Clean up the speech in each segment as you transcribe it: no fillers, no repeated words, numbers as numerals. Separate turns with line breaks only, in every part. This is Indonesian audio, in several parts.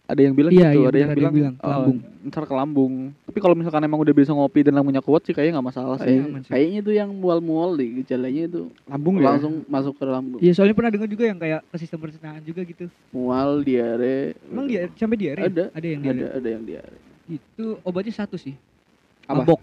Ada yang bilang
Iya,
gitu,
iya,
ada yang
bener,
bilang
ke lambung.
ntar ke lambung. Tapi kalau misalkan emang udah bisa ngopi dan lambungnya kuat sih kayaknya nggak masalah sih.
aman sih.
Kayaknya itu yang mual-mual deh, gejalanya itu
Lambung ya.
langsung masuk ke lambung.
Iya, soalnya pernah dengar juga yang kayak ke sistem pencernaan juga gitu.
Mual, diare.
Emang dia sampai diare?
Ada
yang diare.
Ada yang diare.
Itu obatnya satu sih.
Apa?
Mabok.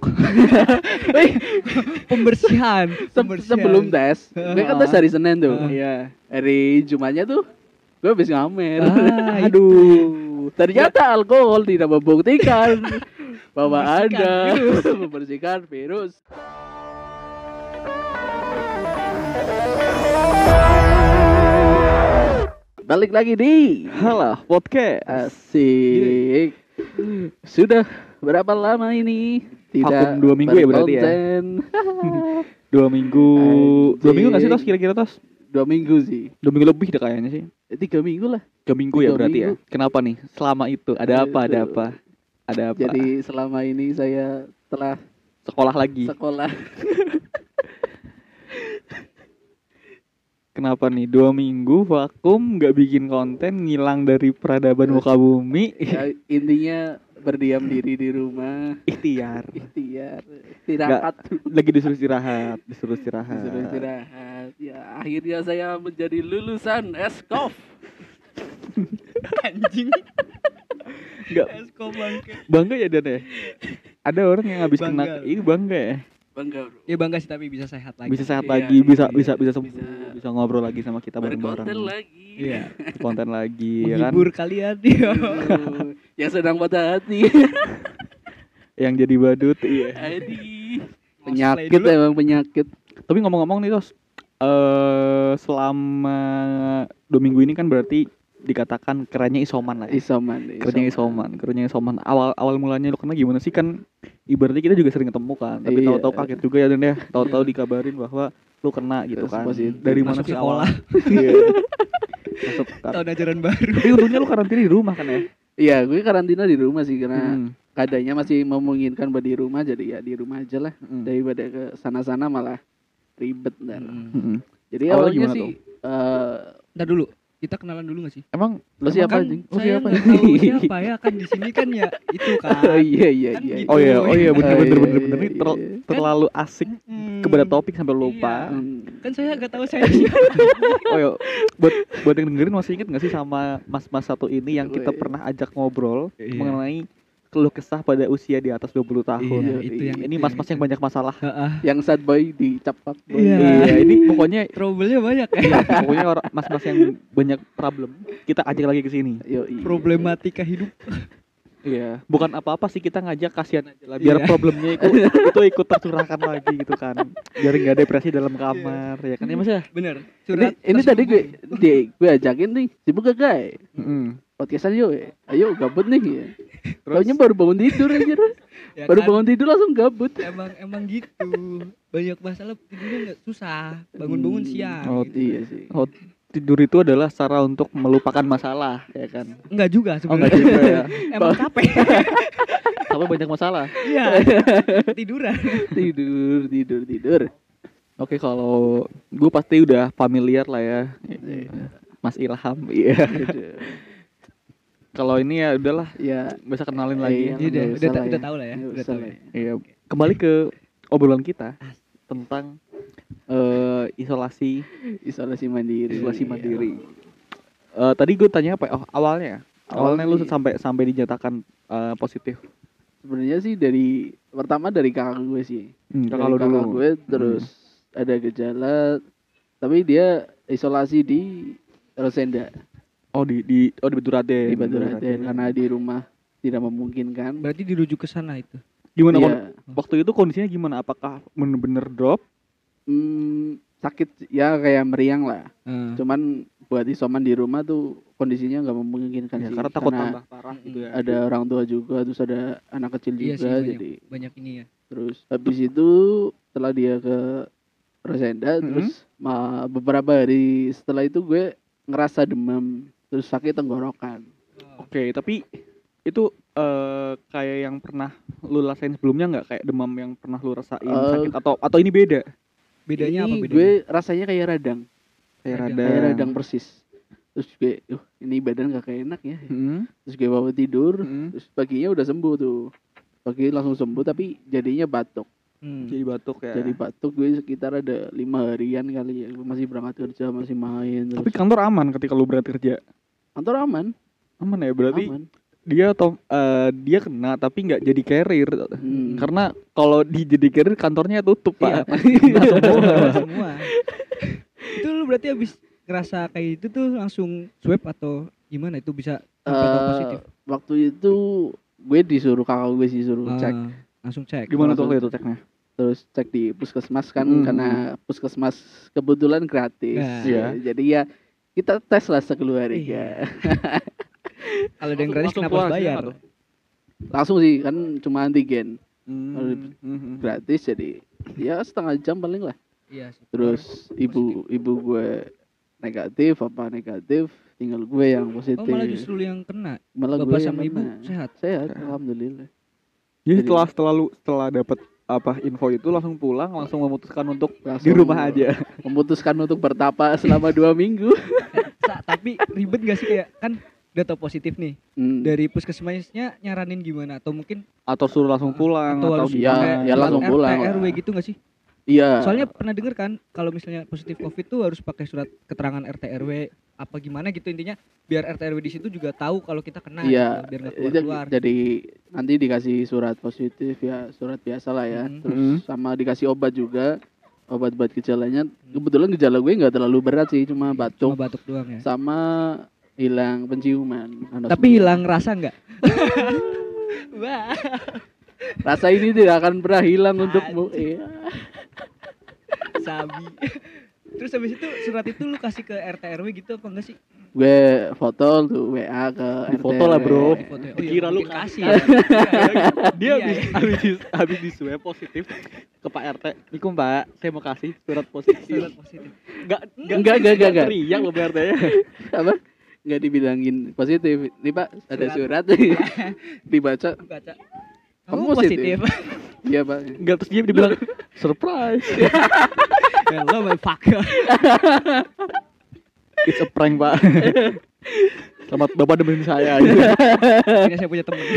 Pembersihan.
Sebelum tes, gue kan tes hari Senin tuh.
Iya.
Hari Jumatnya tuh gue habis ngamer.
Aduh.
Ternyata alkohol tidak membuktikan bahwa ada membersihkan virus. Balik lagi di
Halah, podcast.
Asik. Sudah berapa lama ini
Vakum 2 minggu ya berarti ya?
berkonten?
2 minggu.
Anjing.
2 minggu nggak sih Tos kira-kira Tos?
2 minggu sih.
2 minggu lebih deh kayaknya sih.
3 minggu lah.
3 minggu ya
3
berarti
minggu.
ya. Kenapa nih? Selama itu ada apa? Ada
Itu.
apa? Ada apa?
Jadi selama ini saya telah
Sekolah lagi.
sekolah.
Kenapa nih 2 minggu vakum nggak bikin konten, ngilang dari peradaban muka bumi?
Ya, intinya berdiam diri di rumah.
Ikhtiar.
Istirahat.
Lagi disuruh istirahat.
Disuruh istirahat. Ya akhirnya saya menjadi lulusan Eskov.
Anjing.
Enggak
Esko bangke.
bangga ya Dan ya? Ada orang yang habis
Bangga.
kena ini bangga ya?
Bangga bro.
Ya bangga sih, tapi bisa sehat lagi.
Bisa sehat
Iya,
lagi,
iya,
bisa sembuh, bisa ngobrol lagi sama kita bareng-bareng.
Berkonten lagi.
Iya.
Konten lagi ya kan?
Menghibur kalian dia.
Yang sedang patah hati.
Yang jadi badut, iya.
Adi.
Cosplay
Penyakit
dulu.
emang penyakit.
Tapi ngomong-ngomong nih Tos, selama 2 minggu ini kan berarti dikatakan kerennya isoman lah ya. Kerennya isoman. Awal mulanya lu kena gimana sih, kan ibaratnya kita juga sering ketemu kan, tapi
Iya.
tahu-tahu kaget juga ya Dan ya. Tahu-tahu dikabarin bahwa lu kena gitu
Terus
kan.
positif.
Dari mana
Masuk
sih
sekolah.
awal? Iya. Masuk kan.
Tahun ajaran baru.
Tapi untungnya lu karantina di rumah kan ya.
Iya, gue karantina di rumah sih karena
Hmm.
keadaannya masih memungkinkan buat di rumah, jadi ya di rumah aja lah.
Hmm.
Daripada ke sana-sana malah ribet ntar.
Hmm.
Jadi
Awalnya
awalnya
gimana
sih
Ntar dulu. Kita kenalan dulu gak sih?
Emang
lo siapa
Kan
anjing?
Oh,
saya
siapa?
nggak tahu siapa ya, kan di sini kan ya itu kan.
Oh iya
Kan
iya.
gitu.
Oh iya bener
iya,
ini
iya.
terlalu asik kepada topik sampai lupa.
Iya.
Hmm.
Kan saya gak tahu saya siapa.
Oh iya, buat yang dengerin masih inget nggak sih sama mas-mas satu ini yang kita
Wih.
pernah ajak ngobrol
Iya.
mengenai keluh kesah pada usia di atas 20 tahun.
Iya, itu yang
Ini
itu
mas-mas yang banyak masalah.
Heeh.
Yang sad boy dicap fuck boy.
Iya.
Iya, ini pokoknya
Trouble-nya banyak ya.
orang mas-mas yang banyak problem kita ajak lagi ke sini.
Yoi.
Problematika hidup.
Iya, bukan apa-apa sih, kita ngajak kasihan aja lah biar
Iya.
problemnya itu ikut tercurahkan lagi gitu kan. Biar enggak depresi dalam kamar ya kan ya Mas ya?
Bener.
Ini tadi gue ajakin nih, sibuk gak guys?
Heeh.
Podcastan yuk, ayo gabut nih ya.
Terus?
Taunya baru bangun tidur aja.
Ya
Baru
kan?
bangun tidur langsung gabut.
Emang gitu. Banyak masalah tidurnya nggak susah. Bangun-bangun siang.
Oh,
gitu.
Iya sih.
Oh, tidur itu adalah cara untuk melupakan masalah, ya kan?
Enggak juga
Oh, enggak
sebenarnya.
juga ya.
Emang capek.
Tapi banyak masalah.
Iya. Tiduran.
Tidur.
Oke, kalau gue pasti udah familiar lah ya. Mas Ilham, iya. Kalau ini ya udahlah,
Ya,
bisa kenalin lagi.
Iya,
Iya,
nggak usah lah
udah
ya.
tahu lah ya.
Nggak
Udah
usah
tahu
lah
ya.
ya.
Iya, kembali ke obrolan kita tentang isolasi
mandiri.
mandiri. Tadi gue tanya apa? Oh, awalnya lu sampai dinyatakan positif.
Sebenarnya sih pertama dari kakak gue sih.
Kakak
Dari
lu dulu.
gue terus ada gejala, tapi dia isolasi di Rosenda
Oh di Batu Raden.
di Batu Raden karena di rumah tidak memungkinkan.
Berarti dirujuk ke sana itu.
Gimana
Iya.
waktu itu kondisinya gimana? Apakah bener-bener drop?
Sakit ya kayak meriang lah.
Hmm.
Cuman buat isoman di rumah tuh kondisinya nggak memungkinkan
Ya,
sih.
karena takut tambah parah gitu ya.
ada orang tua juga, terus ada anak kecil
Iya
juga,
sih,
jadi
banyak ini ya.
terus habis itu setelah dia ke Rosenda, terus beberapa hari setelah itu gue ngerasa demam, terus sakit tenggorokan.
Oke, tapi itu kayak yang pernah lu rasain sebelumnya nggak, kayak demam yang pernah lu rasain sakit atau ini beda?
Bedanya apa
Ini
bedanya?
gue rasanya kayak radang
Kayak
Radang.
kayak
radang.
radang persis. Terus gue, ini badan gak enak ya.
Hmm.
Terus gue bawa tidur,
Hmm.
terus paginya udah sembuh tuh. Pagi langsung sembuh tapi jadinya batuk.
Jadi batuk ya.
Jadi batuk gue sekitar ada 5 harian kali ya. Gue masih berangkat kerja, masih main terus.
Tapi kantor aman ketika lu berangkat kerja.
Kantor aman.
Aman ya, berarti
Aman.
dia kena tapi nggak jadi carrier.
Hmm.
Karena kalau jadi carrier kantornya tutup,
Iya,
Pak.
pasti kena semua. Itu lu berarti habis ngerasa kayak itu tuh langsung swab atau gimana itu bisa sampai tahu positif?
Waktu itu gue disuruh kakak gue sih suruh cek.
Langsung cek.
Gimana tuh
Langsung
waktu itu ceknya?
Terus cek di puskesmas kan
Hmm.
karena puskesmas kebetulan gratis.
Nah.
Iya.
Jadi ya kita tes lah sekeluarga.
Kalau ada yang gratis
Langsung
kenapa
keluar
harus bayar?
hasilnya tuh?
Langsung sih kan cuma antigen
Hmm.
gratis jadi ya setengah jam paling lah.
Iya sih.
Terus ibu gue negatif tinggal gue yang
Oh
positif.
malah justru lu yang kena.
Malah
Bapak
gue yang
sama ibu
kena.
sehat.
Sehat, alhamdulillah.
Jadi
Jadi-
setelah dapat info itu langsung pulang, langsung memutuskan untuk
Langsung
di rumah aja.
Memutuskan untuk bertapa selama 2 minggu.
Tapi ribet gak sih kayak kan udah tau positif nih. Dari puskesmasnya nyaranin gimana atau mungkin
Atau suruh langsung pulang
atau
atau
harus
ya,
pakai
ya langsung
surat
pulang
RT
lah.
RW gitu gak sih?
Iya.
Soalnya pernah denger kan kalau misalnya positif Covid tuh harus pakai surat keterangan RT RW apa gimana gitu intinya biar RT RW di situ juga tahu kalau kita kena
Iya,
gitu, biar nggak
itu
keluar.
jadi nanti dikasih surat positif ya, surat biasa lah ya.
Hmm.
Terus sama dikasih obat juga, obat-obat gejalanya. Kebetulan gejala gue nggak terlalu berat sih, cuma
Cuma
batuk
batuk doang ya.
sama hilang penciuman.
Tapi hilang rasa nggak? Wah.
Rasa ini tidak akan pernah hilang untukmu. Iya.
Sabi. Terus habis itu surat itu lu kasih ke RT RW gitu apa enggak sih?
Gue foto tuh WA ke
Di
RT
foto lah, bro.
RW.
Foto.
Dikira lu
mungkin
kasih.
ya.
Dia
Iya,
habis di swab positif ke Pak RT. Niku Mbak, saya mau kasih surat positif.
Surat positif.
Enggak.
Teriak lo Pak RT-nya.
Apa? Nggak dibilangin positif. Nih Pak, ada surat. Dibaca.
Baca.
Kamu
Kamu positif.
Iya Pak.
Enggak, terus dia dibilang surprise.
Hello my fucker.
It's a prank, Pak. Selamat Bapak nemenin saya. Gitu.
Ini saya punya teman.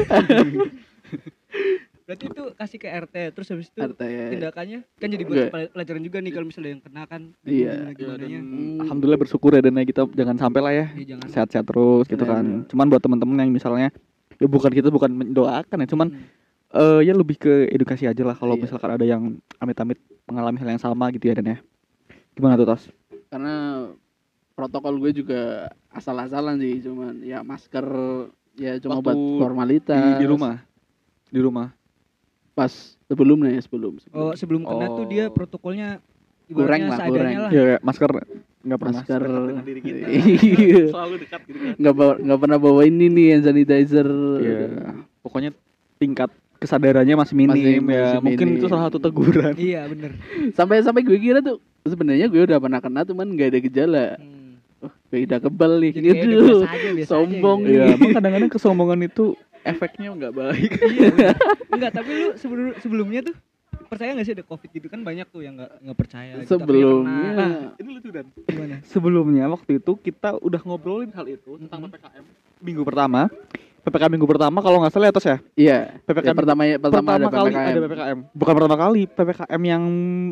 Berarti itu kasih ke RT terus habis itu
RT.
tindakannya kan jadi
Enggak.
buat pelajaran juga nih kalau misalnya yang kena kan
Iya.
gimana nya.
Alhamdulillah bersyukur ya, dan kita jangan sampai lah ya.
Ya, jangan
Sehat-sehat terus gitu kan. Cuman buat teman-teman yang misalnya ya bukan mendoakan ya, cuman ya lebih ke edukasi aja lah kalau
Iya.
misalkan ada yang amit-amit mengalami hal yang sama gitu ya, Dan ya. Gimana tuh, Tos?
Karena protokol gue juga asal-asalan sih, cuman ya masker ya cuma
Waktu
buat formalitas.
Di rumah.
Pas sebelum.
Oh, sebelum kena tuh dia protokolnya
Kurang
ibaratnya
lah,
seadanya
kurang.
lah.
Ya, masker nggak pernah
Masker.
dekat dengan diri kita.
Iya.
Selalu dekat gitu kan.
nggak pernah bawa ini nih hand sanitizer.
Iya. Pokoknya tingkat kesadarannya masih minim ya.
masih
Mungkin
minim.
itu salah satu teguran.
Iya, bener.
Sampai gue kira tuh sebenarnya gue udah pernah kena cuman nggak ada gejala. Gue udah kebal nih
Jadi kayak
gitu.
udah biasa aja, biasa
Sombong
aja,
Iya,
nih.
emang kadang-kadang kesombongan itu efeknya nggak baik.
Iya, bener. Enggak, tapi lu sebelumnya tuh percaya nggak sih ada Covid gitu kan banyak tuh yang nggak percaya gitu, akhirnya
Sebelumnya
kena.
Ini lucu, Dan.
Gimana?
Sebelumnya waktu itu kita udah ngobrolin hal itu tentang PPKM minggu pertama. PPKM minggu pertama kalau nggak salah ya, Tos ya.
iya.
PPKM
Pertama ada
kali
PPKM.
ada PPKM. Bukan pertama kali, PPKM yang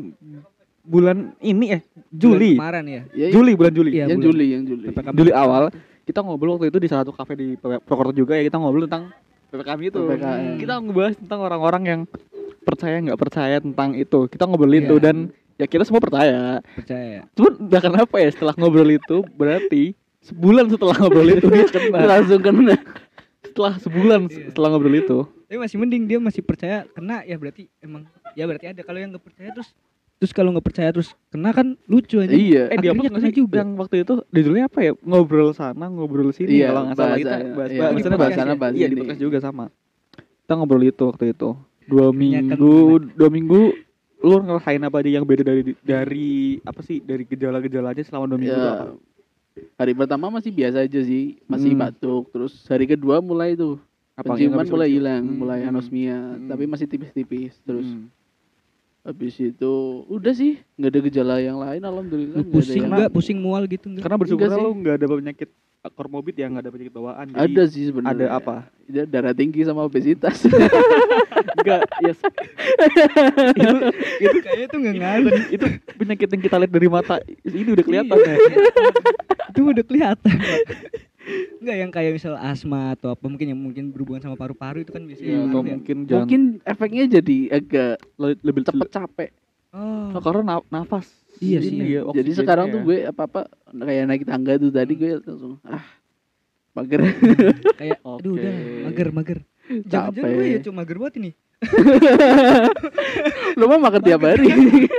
bulan ini Juli.
Bulan kemarin ya.
Ya,
Bulan Juli.
Iya,
yang
bulan.
Juli.
PPKM.
Juli awal kita ngobrol waktu itu di salah satu kafe di Purwokerto juga ya, kita ngobrol tentang PPKM itu.
PPKM.
Kita ngebahas tentang orang-orang yang percaya nggak percaya tentang itu. Kita ngobrolin
Iya.
itu dan ya kita semua percaya.
Percaya.
Cuman udah kenapa ya setelah ngobrol itu berarti sebulan setelah ngobrol itu dia kena.
Langsung kena.
Setelah sebulan
Iya.
setelah ngobrol itu.
Tapi masih mending dia masih percaya kena ya berarti emang ya berarti ada. Kalau yang nggak percaya terus kalau nggak percaya terus kena kan lucu aja.
Iya.
Dia
Akhirnya
apa
kena
sih
juga.
yang waktu itu judulnya apa ya? Ngobrol sana, ngobrol sini
Iya,
kalau nggak salah
bahasa-
kita
iya.
bahas
Di
bahas
podcast
bahas
ya?
bahas
iya di
ini.
podcast juga sama. Kita ngobrol itu waktu itu. 2
Ternyata
dua minggu lu ngerasain apa aja yang beda dari apa sih, dari gejala-gejalanya selama 2 minggu itu
Ya,
apa?
hari pertama masih biasa aja sih, masih batuk. Terus hari kedua mulai tuh
Apa yang
penciuman
nggak bisa
mulai
dicium?
hilang, mulai anosmia, tapi masih tipis-tipis. Terus Habis itu udah sih, nggak ada gejala yang lain alhamdulillah.
Lu pusing
nggak ada
enggak? Pusing mual gitu enggak?
Karena bersyukur
Enggak sih.
lu nggak ada penyakit komorbid ya, nggak ada penyakit bawaan.
yang... Ada
Jadi
sih sebenarnya.
ada apa?
Ada darah tinggi sama obesitas.
Enggak, ya
Itu kayaknya tuh enggak ngaruh.
itu penyakit yang kita lihat dari mata ini udah kelihatan ya.
Itu udah kelihatan. Pak. Enggak yang kayak misal asma atau apa mungkin yang mungkin berhubungan sama paru-paru itu kan biasanya.
Ya, atau
ya.
mungkin jangan
Mungkin efeknya jadi agak
lebih
cepet capek.
Oh.
karena nafas.
Iya sih,
Ini
iya.
ya,
Jadi
oksigennya
sekarang
ya.
tuh gue apa-apa kayak naik tangga tuh tadi gue langsung mager.
Kayak aduh
Oke.
udah mager. Jangan-jangan
Capek.
gue ya cuma mager banget ini.
Lu mah makan tiap hari.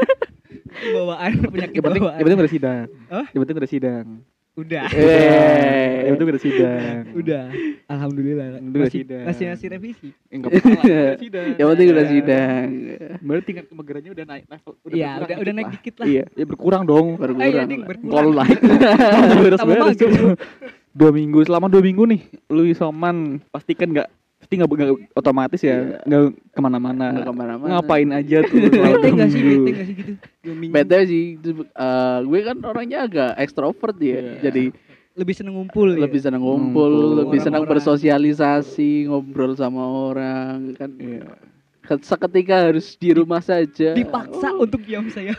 Bawaan penyakit
Yang penting,
bawaan.
yang penting udah sidang.
Hah?
Yang penting udah sidang.
Udah.
Yang penting udah sidang.
Udah. Alhamdulillah.
Udah
Masih
sidang.
masih revisi.
Enggak apa-apa, udah sidang.
Yang penting udah sidang.
Berarti tingkat kemagerannya udah naik level.
Iya,
berkurang
udah naik
lah.
dikit lah.
Iya, ya berkurang dong.
Berkurang.
Ding,
lah.
berkurang.
Kalau naik
Tambah
beres-beres
mager.
tuh. 2 minggu, selama 2 minggu nih lu isoman pastikan pasti nggak otomatis ya nggak kemana-mana.
Nggak kemana-mana.
Ngapain aja tuh selama
Bete
2
enggak sih?
minggu.
Bete enggak sih gitu? 2 minggu.
Bete sih, gue kan orangnya agak ekstrovert ya,
Iya.
jadi
Lebih seneng ngumpul ya.
lebih senang ngumpul,
Ngumpul.
lebih senang
Orang-orang.
bersosialisasi, ngobrol sama orang kan.
Iya.
Seketika harus di rumah saja.
Dipaksa untuk diam saya.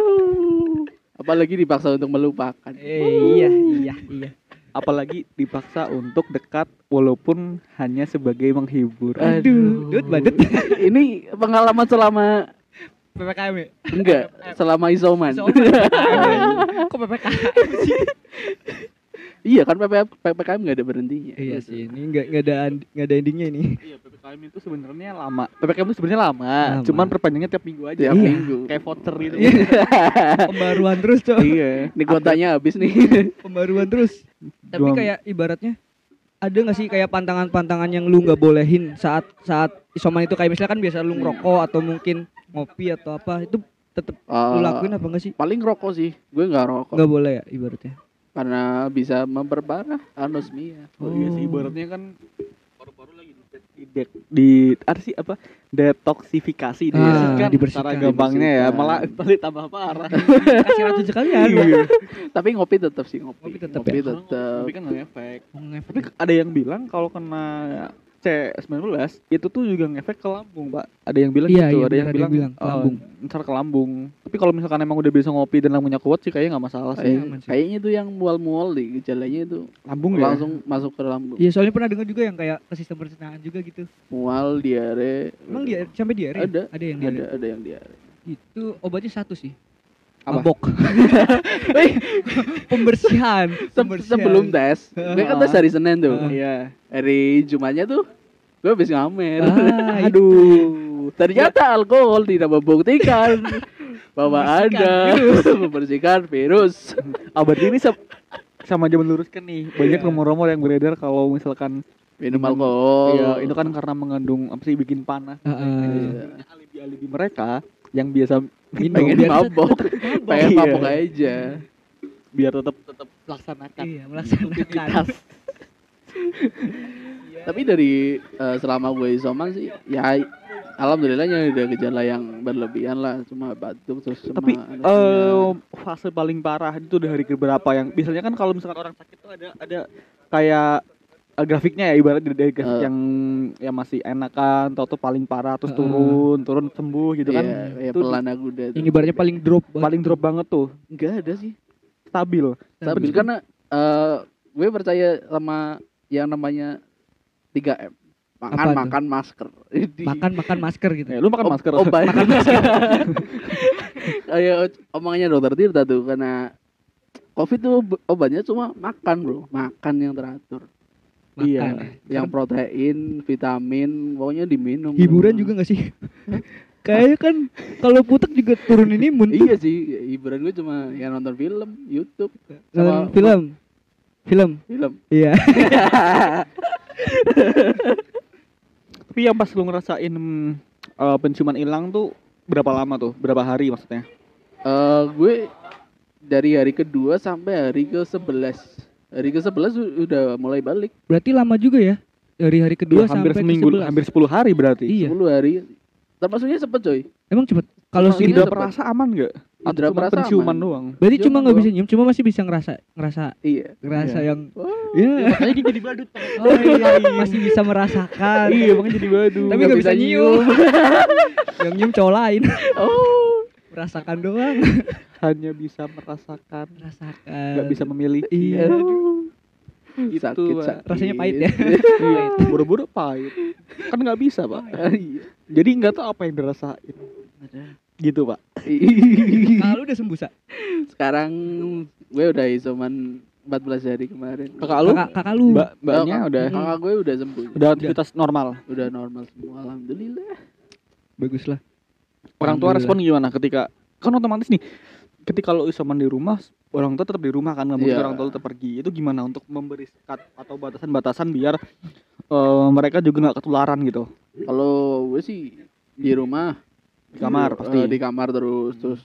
Apalagi dipaksa untuk melupakan.
Iya.
Apalagi dipaksa untuk dekat walaupun hanya sebagai menghibur.
Aduh, dut badut.
Ini pengalaman selama
PPKM ya?
enggak, selama isoman.
Kok PPKM sih?
Iya kan PPKM enggak ada berhentinya.
Iya sih, ini enggak ada endingnya ini.
Iya, PPKM itu sebenarnya lama. PPKM itu sebenarnya lama,
Lama.
cuman perpanjangnya tiap minggu aja.
Tiap
Iya.
minggu.
Kayak voucher gitu.
Pembaruan terus, Cok.
Iya.
Ini kuotanya habis nih.
Pembaruan terus. Tapi
Doang.
kayak ibaratnya ada nggak sih kayak pantangan-pantangan yang lu nggak bolehin saat isoman itu kayak misalnya kan biasa lu ngerokok atau mungkin ngopi atau apa itu tetap lu lakuin apa enggak sih?
Paling rokok sih. Gue enggak rokok
Nggak boleh ya ibaratnya.
karena bisa memperparah anosmia.
Oh iya sih, ibaratnya kan paru-paru lagi di apa sih apa detoksifikasi
Ah,
dibersihkan
dibersihkan.
cara gampangnya ya,
Dibersihkan.
malah paling tambah parah.
Kasih racun sekalian.
Iya.
Tapi ngopi tetap sih ngopi.
Ngopi tetap
Ngopi
ya?
tetap.
Tapi kan nggak ngefek.
Ngefek.
Tapi ada yang bilang kalau kena C19 itu tuh juga ngefek ke lambung, Pak. Ada yang bilang
Iya,
gitu,
iya,
ada yang
benar,
bilang
ke lambung.
ntar ke lambung. Tapi kalau misalkan emang udah bisa ngopi dan lambungnya kuat sih kayaknya nggak masalah sih.
aman sih.
Kayaknya itu yang mual-mual deh, gejalanya itu
Lambung ya.
langsung masuk ke lambung.
Iya, soalnya pernah dengar juga yang kayak ke sistem pencernaan juga gitu.
Mual, diare.
Emang dia sampai diare?
Ada
yang diare.
ada yang diare.
Itu obatnya satu sih.
Apa?
Mabok. Pembersihan.
Sebelum tes, gue kan tes hari Senin tuh.
Iya.
Hari Jumatnya tuh gue habis ngamer.
Ah,
Aduh, ternyata alkohol tidak membuktikan bahwa
Membersihkan
Anda membersihkan virus.
Berarti ini sama aja meluruskan nih. Banyak rumor-rumor yang beredar kalau misalkan
Minum alkohol.
iya, itu kan karena mengandung apa sih bikin panas.
Heeh.
Alibi-alibi mereka yang biasa minum
pengen
biar
mabok, pengen
Iya.
mabok aja.
biar tetap laksanakan
Iya, melaksanakan.
aktivitas.
Tapi dari selama gue isoman sih, ya alhamdulillahnya ada gejala yang berlebihan lah, cuma batuk terus sama
Tapi
anosmia.
fase paling parah itu udah hari keberapa yang biasanya kan kalau misalkan orang sakit tuh ada kayak grafiknya ya, ibarat dari grafik yang masih enakan, tahu paling parah terus turun sembuh gitu kan.
Iya, kayak
Itu
pelana kuda tuh.
Yang ibaratnya paling drop banget.
paling drop banget tuh,
Enggak ada sih.
stabil.
Stabil karena gue percaya sama yang namanya 3M.
Apa
Makan,
tuh?
makan, masker.
Makan masker gitu.
Lu makan masker.
Obat. Kayak omongannya dokter Tirta tuh, karena COVID tuh obatnya cuma makan bro, makan yang teratur,
Makan.
Iya.
yang protein, vitamin, pokoknya diminum.
Hiburan
bro.
juga gak sih? Kayaknya kan kalau putek juga turunin imun.
Iya sih, hiburan gue cuma ya nonton film, YouTube,
Nonton film.
film.
Iya.
Tapi yang pas lu ngerasain penciuman hilang tuh berapa lama tuh? Berapa hari maksudnya?
Gue dari hari kedua sampai hari ke-11. Hari ke-11 udah mulai balik.
Berarti lama juga ya? Dari hari kedua
Iya, hampir
sampai
seminggu,
ke-11.
hampir 10 hari berarti.
Iya.
10 hari. Termasuknya cepet coy.
Emang cepet. Kalau
Emang
segitu
Indra
cepet.
perasa aman nggak? Atau
Indra
cuma
perasa
penciuman
aman.
doang?
berarti cuma
Ciuman
nggak bisa
doang.
nyium, cuma masih bisa ngerasa
Iya.
yang
Wah.
ya
Makanya dia jadi badut.
oh iya masih bisa merasakan.
Iya, makanya jadi badut.
Tapi nggak bisa nyium. Yang nyium cowok lain.
Oh.
Merasakan doang.
Hanya bisa merasakan,
Merasakan.
nggak bisa memiliki.
Iya.
Gitu,
Sakit,
Pak.
sakit.
Rasanya pahit ya.
Iya, buru-buru pahit. Kan nggak bisa, Pak.
Iya.
Jadi nggak tahu apa yang dirasain. Gitu, Pak.
Kalau udah sembuh Sa.
Sekarang gue udah isoman 14 hari kemarin.
Kakak lu?
Kakak lu.
Mbaknya udah
Kakak gue udah sembuh.
udah aktivitas normal.
Udah normal semua, alhamdulillah.
Bagus lah.
Orang tua
Alhamdulillah.
respon gimana ketika kan otomatis nih ketika lo isoman di rumah, orang tua tetap di rumah kan, nggak mungkin
Iya.
orang tua lo tetap pergi. Itu gimana untuk memberi sekat atau batasan-batasan biar mereka juga nggak ketularan gitu
Kalau gue sih di rumah,
di kamar pasti.
di kamar terus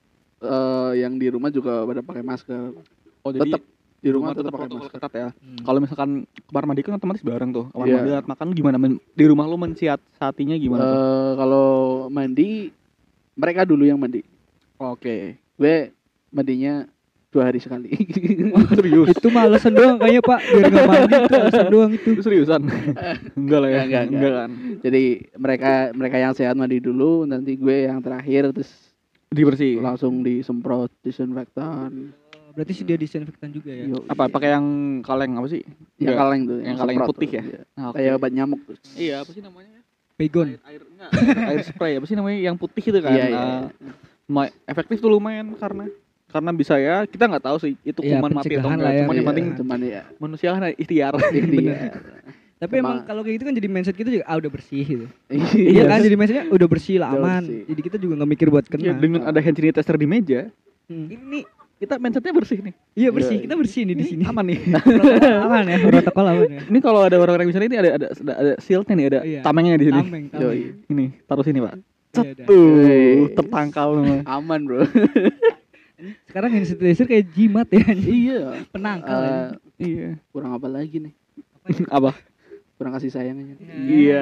yang di rumah juga pada pakai masker.
Oh, jadi
Tetap di rumah
tetap
tetap pakai
protokol
masker.
ketat ya. Kalau misalkan kamar mandi kan otomatis bareng tuh. Kamar
Iya.
mandi alat makan gimana? Di rumah lo mensiasatinya gimana tuh?
Kalau mandi, mereka dulu yang mandi.
Oke.
Gue mandinya 2 hari sekali.
Serius?
Itu mah alasan doang kayaknya Pak, biar nggak mandi itu alasan doang itu.
Itu seriusan? Enggak lah ya.
Enggak.
kan.
Jadi mereka yang sehat mandi dulu, nanti gue yang terakhir terus
Dibersih.
langsung disemprot disinfektan.
Berarti sih dia disinfektan juga ya.
Yo,
Apa pakai yang kaleng apa sih?
yang
Enggak.
kaleng tuh,
Yang kaleng
semprot
putih
tuh,
ya?
iya.
Ah, oke.
Kayak obat nyamuk tuh.
Iya, apa sih namanya?
Pegon.
Air spray apa sih namanya yang putih itu kan?
Iya, iya.
Efektif tuh lumayan karena bisa ya, kita nggak tahu sih itu
Iya,
kuman mati atau
pencegahan
enggak.
lah ya.
Cuman yang
Iya,
penting
cuman ya
manusia kan ikhtiar.
ikhtiar.
Tapi
Sama-
emang kalau kayak gitu kan jadi mindset kita juga udah bersih gitu.
Iya
Iya kan jadi mindsetnya udah bersih lah
Udah
aman.
bersih.
Jadi kita juga nggak mikir buat
Ya,
kena.
dengan ada hand sanitizer di meja,
Hmm.
ini kita mindsetnya bersih nih.
Iya bersih,
Iya.
kita bersih nih di
Ini
sini.
aman nih.
Aman ya, protokol aman ya.
Ini kalau ada orang-orang di sana ini ada shieldnya nih, ada
Iya.
tamengnya di sini.
Tameng,
Yoi.
tameng.
Ini taruh sini pak.
Iya, dah.
Tuh tertangkal semua.
Aman bro.
Sekarang hand sanitizer kayak jimat ya.
Iya.
Penangkal ya.
Iya.
Kurang apa lagi nih?
Apa?
Kurang kasih sayang aja.
Iya.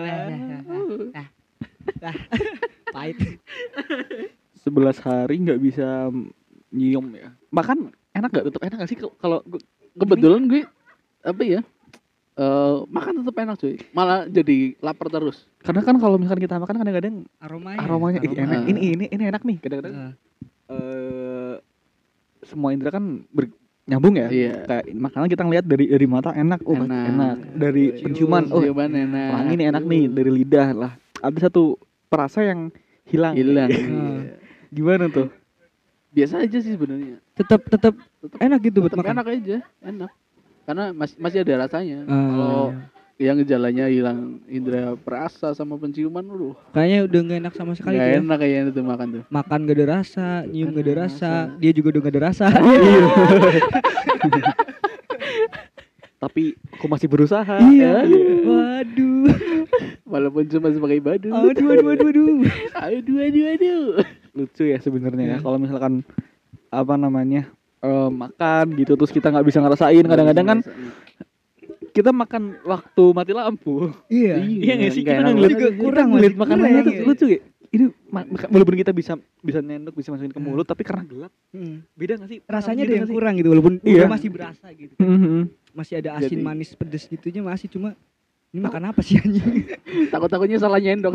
Pahit.
11 hari nggak bisa nyium ya. Makan enak nggak? Tetap enak nggak sih kalau
Kebetulan gue apa ya? Makan tetap enak cuy. Malah jadi lapar terus.
karena kan kalau misalkan kita makan kadang-kadang
Aromanya.
aromanya ih, enak.
Aroma.
Ini enak nih. Kadang-kadang
Ah.
semua indera kan nyambung ya.
Iya.
Kayak makanan kita ngeliat dari mata enak, oh
Enak.
enak. Dari
Cium.
penciuman, oh
Ciuman enak.
wangi ini enak nih. Dari lidah lah. Ada satu perasa yang hilang.
Hilang.
Ah.
Iya.
Gimana tuh?
Biasa aja sih sebenarnya.
Tetap
Tetap
enak gitu buat
tetap
makan.
enak aja, enak. Karena masih ada rasanya.
Ah,
Kalau
iya.
yang gejalanya hilang indera perasa sama penciuman lu.
Kayaknya udah gak enak sama sekali tuh
Gak
ya.
enak kayaknya tuh makan tuh.
Makan gak ada rasa, nyium gak ada
Gak ada
rasa,
rasa.
dia juga udah gak ada rasa.
Tapi aku masih berusaha.
Iya.
Ya.
Waduh.
Walaupun cuma sebagai badu.
Aduh.
Aduh.
Lucu ya sebenarnya ya.
Iya.
Kalau misalkan apa namanya makan gitu terus kita nggak bisa ngerasain kadang-kadang kan kita makan waktu mati lampu.
Iya.
Iya nggak sih?
nggak
Kita
enak
ngeliat
juga kurang,
ngeliat
masih
makanannya
kurang,
tuh
ya.
lucu ya. Ini walaupun kita bisa nyendok bisa masukin ke mulut tapi karena gelap
Hmm.
beda nggak sih?
Rasanya
Gitu
ada yang
nggak sih?
kurang gitu walaupun
Iya.
udah masih berasa gitu.
Mhm.
Masih ada asin
Jadi-
manis pedes gitunya masih cuma ini makan apa sih anjing?
Takut-takutnya salah nyendok.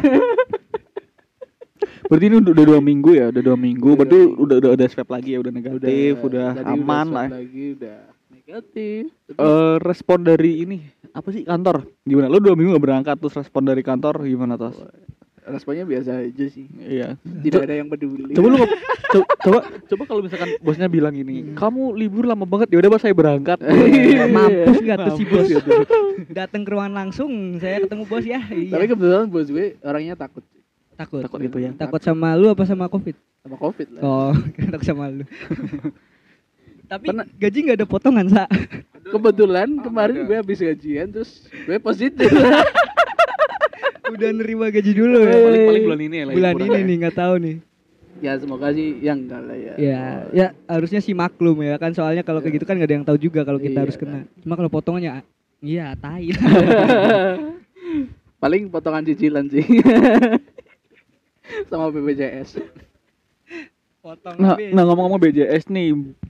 Berarti ini udah 2 minggu ya, udah 2 minggu.
Udah
Berarti
2 minggu.
udah swab lagi ya, udah negatif, udah
tadi
aman
swab
lah.
Lagi udah negatif.
Respon dari ini apa sih kantor? Gimana? Lu 2 minggu gak berangkat terus respon dari kantor gimana tos?
Responnya biasa aja sih.
Iya.
Tidak ada yang peduli.
Coba lu coba kalau misalkan bosnya bilang ini, kamu libur lama banget ya udah Bos saya berangkat.
Mampus gak tuh si bos?
Mampus gitu.
Datang ke ruangan langsung, saya ketemu bos ya. Iya.
Tapi kebetulan bos gue orangnya takut
takut.
Takut gitu ya.
Takut sama lu apa sama Covid?
sama Covid lah.
Oh, takut sama lu. Tapi
Pernah-
gaji nggak ada potongan, Sa.
Kebetulan
ada.
kemarin gue habis gajian terus gue positif.
Udah nerima gaji dulu ya.
Paling bulan ini ya lagi
Bulan
kurang
ini
ya.
nih nggak tahu nih.
Ya semoga sih yang enggak lah ya.
Ya harusnya sih maklum ya kan soalnya kalau kayak gitu kan nggak ada yang tahu juga kalau kita
Iya,
harus kena. Cuma kalau potongannya iya tai.
Paling potongan cicilan sih. Sama BPJS.
Potong
Nah, ngomong-ngomong BJS nih,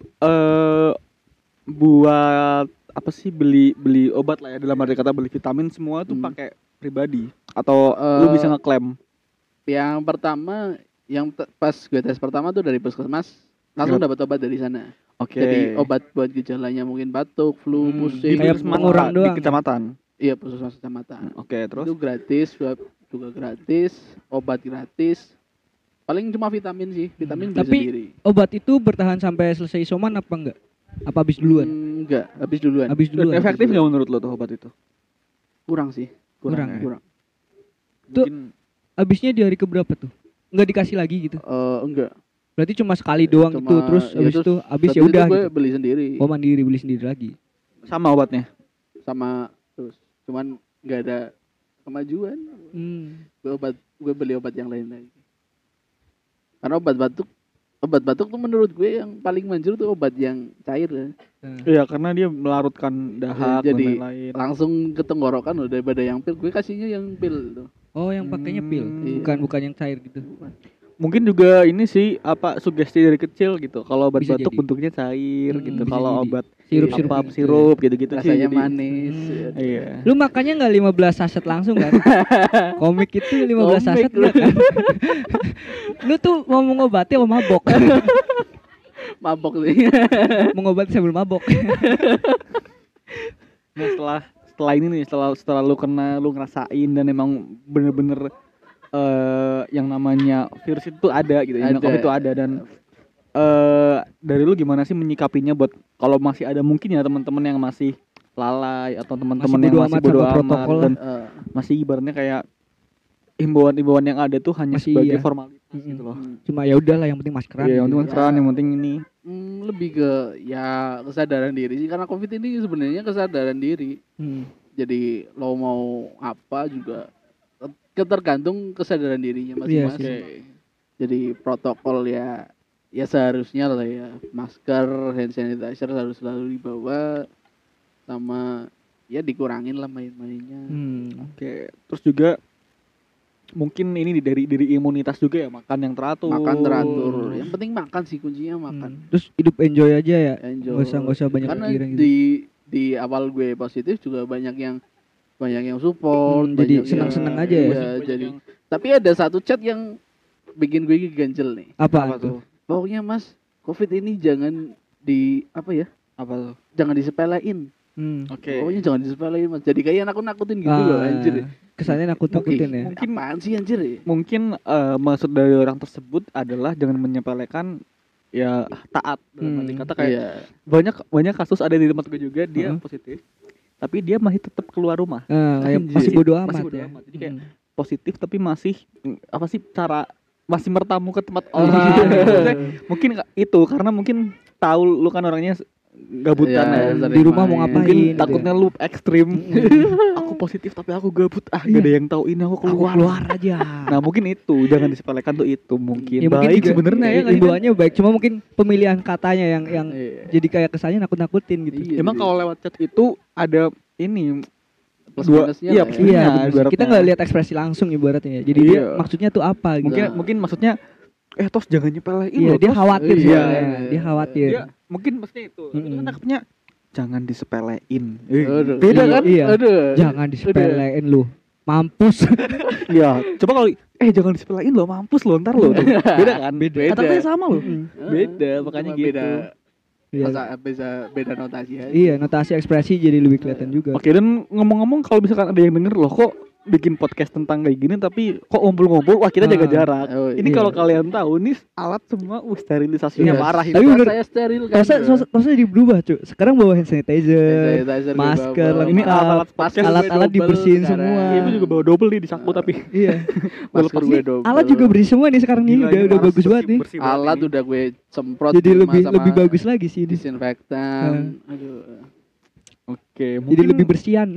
buat apa sih beli obat lah ya, dalam arti kata beli vitamin semua tuh pakai pribadi atau lu bisa ngeklaim?
Yang pertama, pas gue tes pertama tuh dari puskesmas, langsung dapat obat dari sana.
Oke.
Jadi obat buat gejalanya mungkin batuk, flu, pusing.
Kayak pengurang
di
doang.
kecamatan.
Iya, puskesmas kecamatan.
Oke, terus
Itu gratis, swab juga gratis, obat gratis. Paling cuma vitamin sih, vitamin beli
Tapi
sendiri.
obat itu bertahan sampai selesai isoman apa enggak? Apa habis duluan?
Enggak, habis duluan.
Habis
dan
duluan.
efektif nggak menurut lo tuh obat itu?
Kurang sih,
Kurang.
ya?
kurang.
Tuh,
Mungkin
Habisnya di hari keberapa tuh? Enggak dikasih lagi gitu.
Enggak.
Berarti cuma sekali doang
Cuma-
gitu, terus
ya
habis
terus
itu habis
Habis
ya udah
itu gue
gitu.
beli sendiri
Oh, mandiri beli sendiri lagi.
sama obatnya.
sama terus. Cuman nggak ada kemajuan. Gue beli obat yang lain lagi. Karena obat batuk tuh menurut gue yang paling manjur tuh obat yang cair ya.
Iya, karena dia melarutkan dahak dan
Jadi
lain-lain.
langsung ke tenggorokan loh, daripada yang pil. Gue kasihnya yang pil tuh.
Oh, yang pakainya pil,
Iya.
bukan yang cair gitu.
Mungkin juga ini sih apa sugesti dari kecil gitu. Kalau obat
Bisa
batuk
jadi.
bentuknya cair gitu.
bisa
Kalau
jadi.
obat
Sirup-sirup
apa
gitu.
sirup gitu-gitu sih.
Rasanya
jadi-
manis. ya.
Iya.
Lu makannya enggak 15 saset langsung kan? Komik itu 15 saset
Komik lu.
enggak kan? Lu tuh mau mengobati apa mabok?
Mabok sih.
Mengobati sambil mabok.
Nah, setelah ini nih, setelah lu kena, lu ngerasain dan emang bener-bener yang namanya virus itu ada gitu, yang
Ada.
COVID itu ada, dan dari lu gimana sih menyikapinya buat kalau masih ada mungkin ya teman-teman yang masih lalai atau teman-teman yang
bodo
masih
amat
bodo
sama
amat
protokol
dan
Eh,
masih ibaratnya kayak himbauan-himbauan yang ada tuh hanya
Masih
sebagai
iya.
formalitas gitu loh.
Cuma ya udahlah yang penting maskeran.
Iya, yang
gitu.
penting maskeran, yang penting ini.
lebih ke ya kesadaran diri sih, karena COVID ini sebenarnya kesadaran diri. Jadi lo mau apa juga ketergantung kesadaran dirinya
Iya
masing-masing.
sih.
Jadi protokol ya seharusnya lah ya, masker, hand sanitizer harus selalu dibawa, sama ya dikurangin lah main-mainnya.
Oke, terus juga mungkin ini dari imunitas juga ya, makan yang teratur.
Makan teratur. Yang penting makan sih, kuncinya makan.
Terus hidup enjoy aja ya.
Enjoy.
Nggak usah banyak
Karena
pikiran gitu.
di awal gue positif juga banyak yang support,
jadi
banyak
senang-senang
yang-
aja ya.
iya,
Banyak
jadi
yang-
tapi ada satu chat yang bikin gue ganjel nih.
Apa tuh?
Pokoknya Mas, COVID ini jangan
Apa tuh?
jangan disepelein.
Oke.
Pokoknya jangan disepelein Mas. Jadi kayak nakut-nakutin gitu loh, anjir.
Kesannya nakut-nakutin ya.
Mungkin apaan sih anjir ya?
Mungkin maksud dari orang tersebut adalah jangan menyepelekan ya taat, dalam arti kata kayak
Iya.
banyak kasus ada di tempat gue juga, dia positif tapi dia masih tetap keluar rumah.
Kayak
Anjir.
masih bodo amat.
Masih bodo
Ya.
amat. Jadi kayak positif tapi masih apa sih cara masih bertamu ke tempat orang. Maksudnya, mungkin itu karena mungkin tahu lu kan orangnya gabutan
Iya,
ya.
sering
Di rumah mau
main.
ngapain?
Mungkin
gitu
takutnya lu ekstrim. Aku positif tapi aku gabut. Gak ada yang tahu ini, aku
Aku
keluar.
keluar aja.
Nah, mungkin itu jangan disepelekan tuh, itu mungkin
Ya, mungkin
baik
juga
sebenarnya ya nggak sih, kan?
himbauannya baik, cuma mungkin pemilihan katanya yang
Iya.
jadi kayak kesannya nakut-nakutin gitu.
Iya,
Emang
jadi
kalau lewat chat itu ada ini
plus
dua,
minusnya
iya,
lah ya.
plus minus.
Iya, bener sih.
ibaratnya.
Kita nggak lihat ekspresi langsung ibaratnya ya. Jadi
Iya.
dia maksudnya tuh apa gitu.
mungkin maksudnya tos jangan nyepelein
Iya,
loh,
dia
Tos.
khawatir
Iya,
sebenarnya.
iya.
Dia khawatir.
Dia mungkin maksudnya itu. Tapi itu kan takutnya jangan disepelein.
Aduh.
Beda
Iya,
kan?
Iya.
Aduh.
Jangan disepelein lu. Mampus.
Iya. Coba kalau jangan disepelein lo, mampus lo ntar lo. Beda kan?
Beda.
Kata-katanya sama lo.
Heeh.
Beda, makanya
Cuma
gitu.
Beda beda notasi aja.
Iya, notasi ekspresi jadi lebih kelihatan juga.
Oke, dan ngomong-ngomong kalau misalkan ada yang denger loh, kok bikin podcast tentang kayak gini tapi kok ngumpul-ngumpul, wah kita jaga jarak.
Oh,
Ini
iya.
kalau kalian tahu nih alat semua
Iya.
sterilisasinya parah ini.
Tapi bener,
saya steril kan.
Tosnya diberubah, cuy. Sekarang bawa hand sanitizer,
Sanitizer
masker,
dibawa.
Ini
lengkap.
alat-alat podcast gue
Alat-alat
double
dibersihin
sekarang.
semua.
Iya, gue juga bawa double nih di saku tapi
Iya.
Masker gue double.
Alat juga bersih semua nih sekarang nih.
Gila, ini
Udah
parah,
bagus banget nih.
bersih banget
Alat
ini.
udah gue semprot
Jadi
di rumah
lebih
sama
lebih bagus lagi sih ini.
disinfektan. Aduh.
Oke,
Jadi lebih bersihan.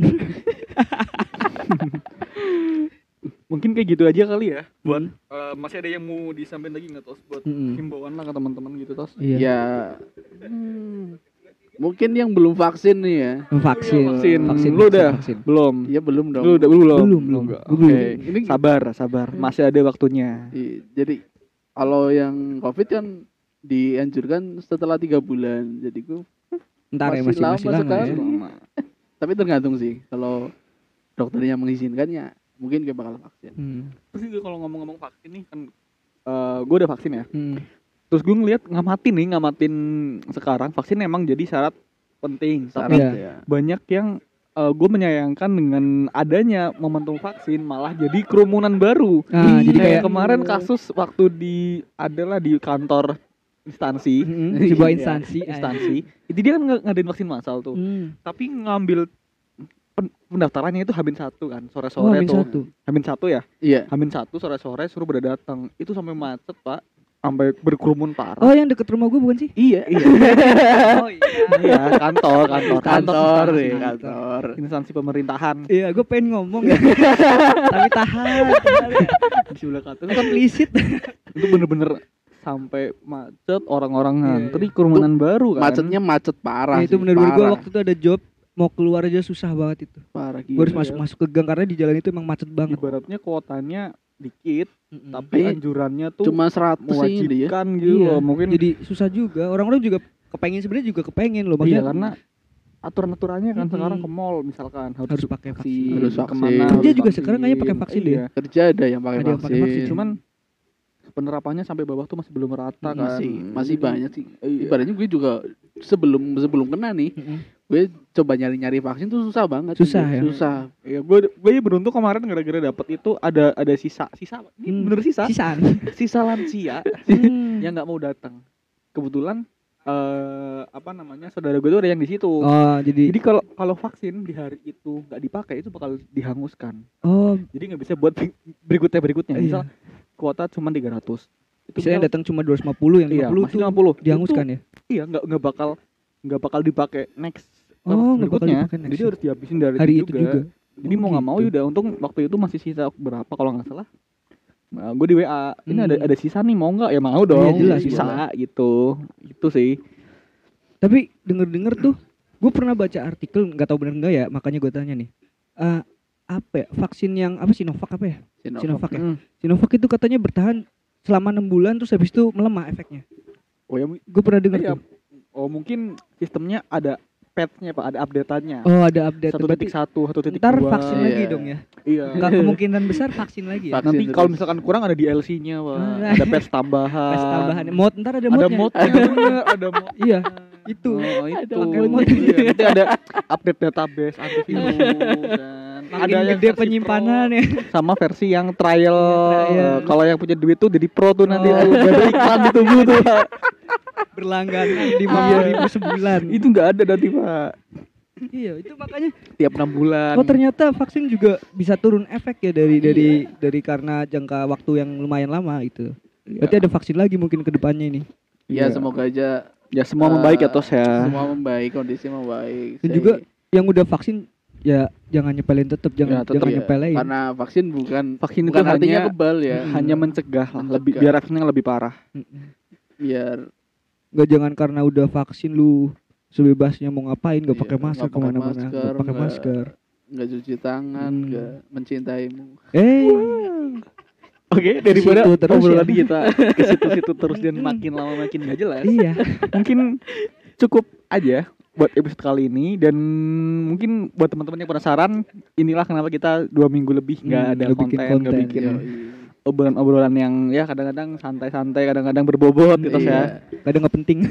mungkin kayak gitu aja kali ya. Buat masih ada yang mau disampaikan lagi nggak, Tos, buat
Mm-mm.
himbauan lah ke teman-teman gitu, Tos?
Iya.
Ya Mungkin yang belum vaksin nih ya.
Vaksin.
Lu udah? Belum.
Iya belum dong.
Lu udah belum?
Belum.
Oke. Ini sabar. Masih ada waktunya.
Jadi kalau yang COVID kan dianjurkan setelah 3 bulan. Jadi gue
Ntar ya masih lama
sekali.
ya.
Tapi tergantung sih. Kalau dokternya mengizinkan ya mungkin gue bakal vaksin.
Terus juga kalau ngomong-ngomong vaksin nih kan gue udah vaksin ya. Terus gue ngamatin sekarang vaksin emang jadi syarat penting. Tapi banyak yang gue menyayangkan dengan adanya momentum vaksin malah jadi kerumunan baru.
Jadi kayak
kemarin kasus waktu di kantor instansi,
sebuah instansi.
Itu dia kan ngadain vaksin massal tuh. Tapi ngambil pendaftarannya itu H-1 kan, sore-sore tuh. H-1 ya?
Iya.
H-1 sore-sore suruh pada datang. Itu sampai macet, Pak. Sampai berkerumun parah.
Oh, yang deket rumah gue bukan sih?
Iya.
Oh iya.
Iya, kantor. Instansi pemerintahan.
Iya, gue pengen ngomong. Tapi tahan.
Di sebelah kantor.
Komplisit.
Itu bener-bener sampai macet, orang-orang ngantri, kerumunan baru kan.
Macetnya macet parah.
Ya, itu bener-bener gue waktu itu ada job mau keluar aja susah banget itu.
Parah
gila. Gue harus masuk ke gang karena di jalan itu emang macet banget.
Ibaratnya kuotanya dikit, tapi anjurannya tuh
cuma 100
mewajibkan gitu loh. Mungkin
jadi susah juga. Orang-orang juga kepengen loh.
Iya, karena aturan-aturannya kan sekarang ke mall misalkan harus
pakai vaksin.
Harus
vaksin. Kerja juga sekarang kayaknya pakai vaksin deh.
Kerja ada yang pakai vaksin.
Cuman penerapannya sampai bawah tuh masih belum rata kan.
Masih banyak sih. Ibaratnya gue juga sebelum kena nih, gue coba nyari vaksin tuh susah banget.
Susah.
Ya gue beruntung kemarin gara-gara dapet itu ada sisa. Ini bener sisa lansia yang nggak mau datang. Kebetulan saudara gue tuh ada yang di situ.
Oh, jadi
kalau vaksin di hari itu nggak dipakai itu bakal dihanguskan.
Oh,
jadi nggak bisa buat berikutnya. Misal kuota cuma 300.
Itu saya datang cuma 250, yang 50 tuh
50
dihanguskan ya.
Iya, nggak bakal dipakai next.
Berikutnya.
Jadi harus dihabisin dari
hari itu juga.
Jadi mau nggak mau udah, untung waktu itu masih sisa berapa kalau nggak salah. Nah, gue di WA, ini ada sisa nih, mau nggak? Ya mau dong.
Jelas,
sisa gitu. Itu sih.
Tapi denger tuh, gue pernah baca artikel, nggak tahu benar nggak ya, makanya gue tanya nih. Vaksin yang Sinovac apa ya? Sinovac ya. Sinovac itu katanya bertahan selama 6 bulan terus habis itu melemah efeknya.
Oh ya,
gue pernah dengar tuh.
Oh, mungkin sistemnya ada patch-nya Pak, ada update-annya.
Oh, ada update.
1.1, 1.2.
Ntar vaksin lagi dong ya.
Iya.
Kemungkinan besar vaksin lagi ya.
Nanti kalau misalkan kurang ada DLC-nya, Pak. Ada patch tambahan.
Mod, ntar ada modnya.
Ada mod.
Iya. Itu.
Itu. Nanti ada update database antivirus kan.
Ada yang gede penyimpanan ya.
Sama versi yang trial. Kalau yang punya duit tuh jadi pro tuh nanti ada iklan ditunggu tuh.
Berlangganan 5.000 sebulan.
Itu enggak ada nanti, Pak.
Iya, itu makanya
tiap 6 bulan.
Oh, ternyata vaksin juga bisa turun efek ya dari karena jangka waktu yang lumayan lama itu. Berarti ada vaksin lagi mungkin ke depannya ini.
Iya, semoga aja
ya semua membaik ya, Tos ya.
Semua membaik, kondisi membaik.
Dan juga yang udah vaksin ya jangan nyepelin, tetap jangan nyepelin.
Karena vaksin bukan
itu
artinya kebal ya.
Hanya mencegah lah, biar efeknya lebih parah.
Biar
nggak, jangan karena udah vaksin lu sebebasnya mau ngapain, nggak pakai masker kemana-mana, nggak pakai masker,
nggak cuci tangan, nggak mencintaimu.
Oke, daripada obrolan kita ke situ-situ terus dan makin lama makin nggak jelas.
Iya.
Mungkin cukup aja buat episode kali ini, dan mungkin buat teman-teman yang penasaran, inilah kenapa kita 2 minggu lebih nggak ada konten, nggak bikin obrolan yang ya kadang-kadang santai-santai, kadang-kadang berbobot gitu ya.
Kadang nggak penting.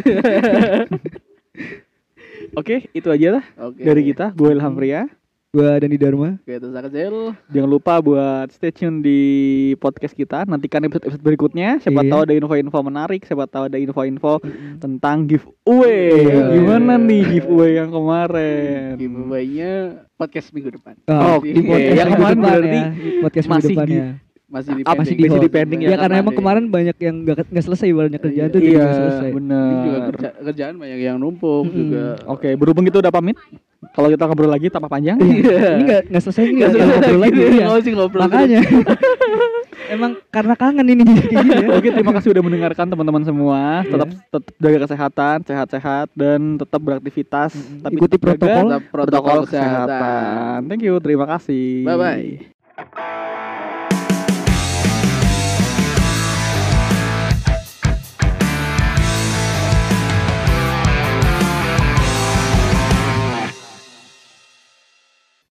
Oke, itu aja lah dari kita. Gue Ilham Pria.
Gue Dani Dharma.
Jangan lupa buat stay tune di podcast kita. Nantikan episode berikutnya. Siapa tahu ada info-info menarik, siapa tahu ada info-info tentang giveaway. Gimana nih giveaway yang kemarin?
Giveaway-nya podcast minggu depan.
Yang kemarin berarti
podcast minggu depannya.
Masih
di pending ya, karena emang kemarin banyak yang nggak selesai, banyak kerjaan tuh juga selesai.
Bener.
Juga kerjaan banyak yang numpuk juga.
Oke, berhubung itu udah pamit. Kalau kita ngobrol lagi tambah panjang.
Ini nggak selesai, ngobrol lagi.
Ngobrol
makanya. Emang karena kangen ini jadi kayak gini ya.
Oke, terima kasih udah mendengarkan teman-teman semua. Tetap jaga kesehatan, sehat-sehat dan tetap beraktivitas. Tapi
Ikuti
tetap jaga
protokol
protokol kesehatan. Thank you, terima kasih.
Bye bye.